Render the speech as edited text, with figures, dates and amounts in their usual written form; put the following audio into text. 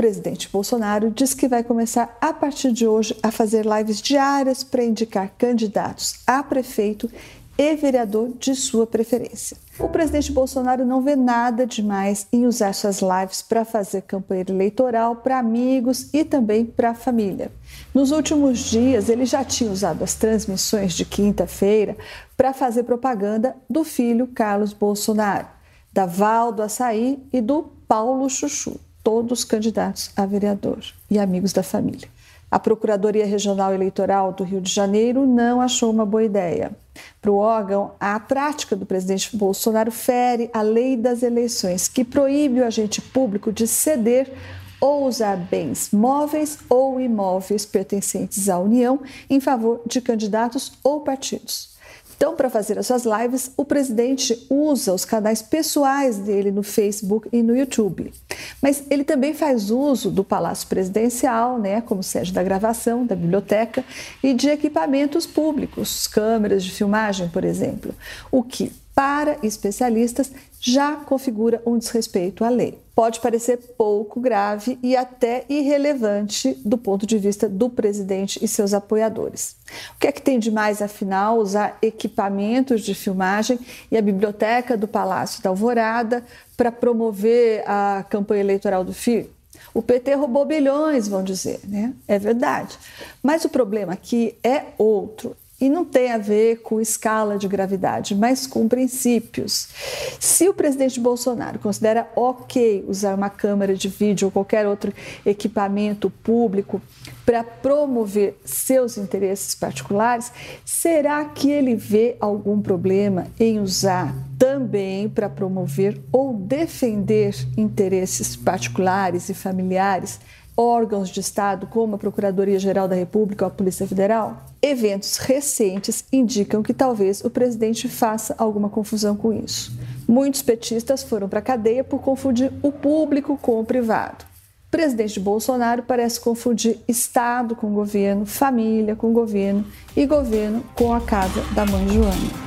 presidente Bolsonaro diz que vai começar a partir de hoje a fazer lives diárias para indicar candidatos a prefeito e vereador de sua preferência. O presidente Bolsonaro não vê nada demais em usar suas lives para fazer campanha eleitoral para amigos e também para a família. Nos últimos dias, ele já tinha usado as transmissões de quinta-feira para fazer propaganda do filho Carlos Bolsonaro, da Val do Açaí e do Paulo Chuchu, todos candidatos a vereador e amigos da família. A Procuradoria Regional Eleitoral do Rio de Janeiro não achou uma boa ideia. Para o órgão, a prática do presidente Bolsonaro fere a lei das eleições, que proíbe o agente público de ceder ou usar bens móveis ou imóveis pertencentes à União em favor de candidatos ou partidos. Então, para fazer as suas lives, o presidente usa os canais pessoais dele no Facebook e no YouTube. Mas ele também faz uso do Palácio Presidencial, como sede da gravação, da biblioteca e de equipamentos públicos, câmeras de filmagem, por exemplo, o que, para especialistas, já configura um desrespeito à lei. Pode parecer pouco grave e até irrelevante do ponto de vista do presidente e seus apoiadores. O que é que tem de mais, afinal, usar equipamentos de filmagem e a biblioteca do Palácio da Alvorada para promover a campanha eleitoral do filho? O PT roubou bilhões, vão dizer, É verdade. Mas o problema aqui é outro. E não tem a ver com escala de gravidade, mas com princípios. Se o presidente Bolsonaro considera ok usar uma câmera de vídeo ou qualquer outro equipamento público para promover seus interesses particulares, será que ele vê algum problema em usar também para promover ou defender interesses particulares e familiares, órgãos de Estado como a Procuradoria-Geral da República ou a Polícia Federal? Eventos recentes indicam que talvez o presidente faça alguma confusão com isso. Muitos petistas foram para a cadeia por confundir o público com o privado. O presidente Bolsonaro parece confundir Estado com governo, família com governo e governo com a casa da mãe Joana.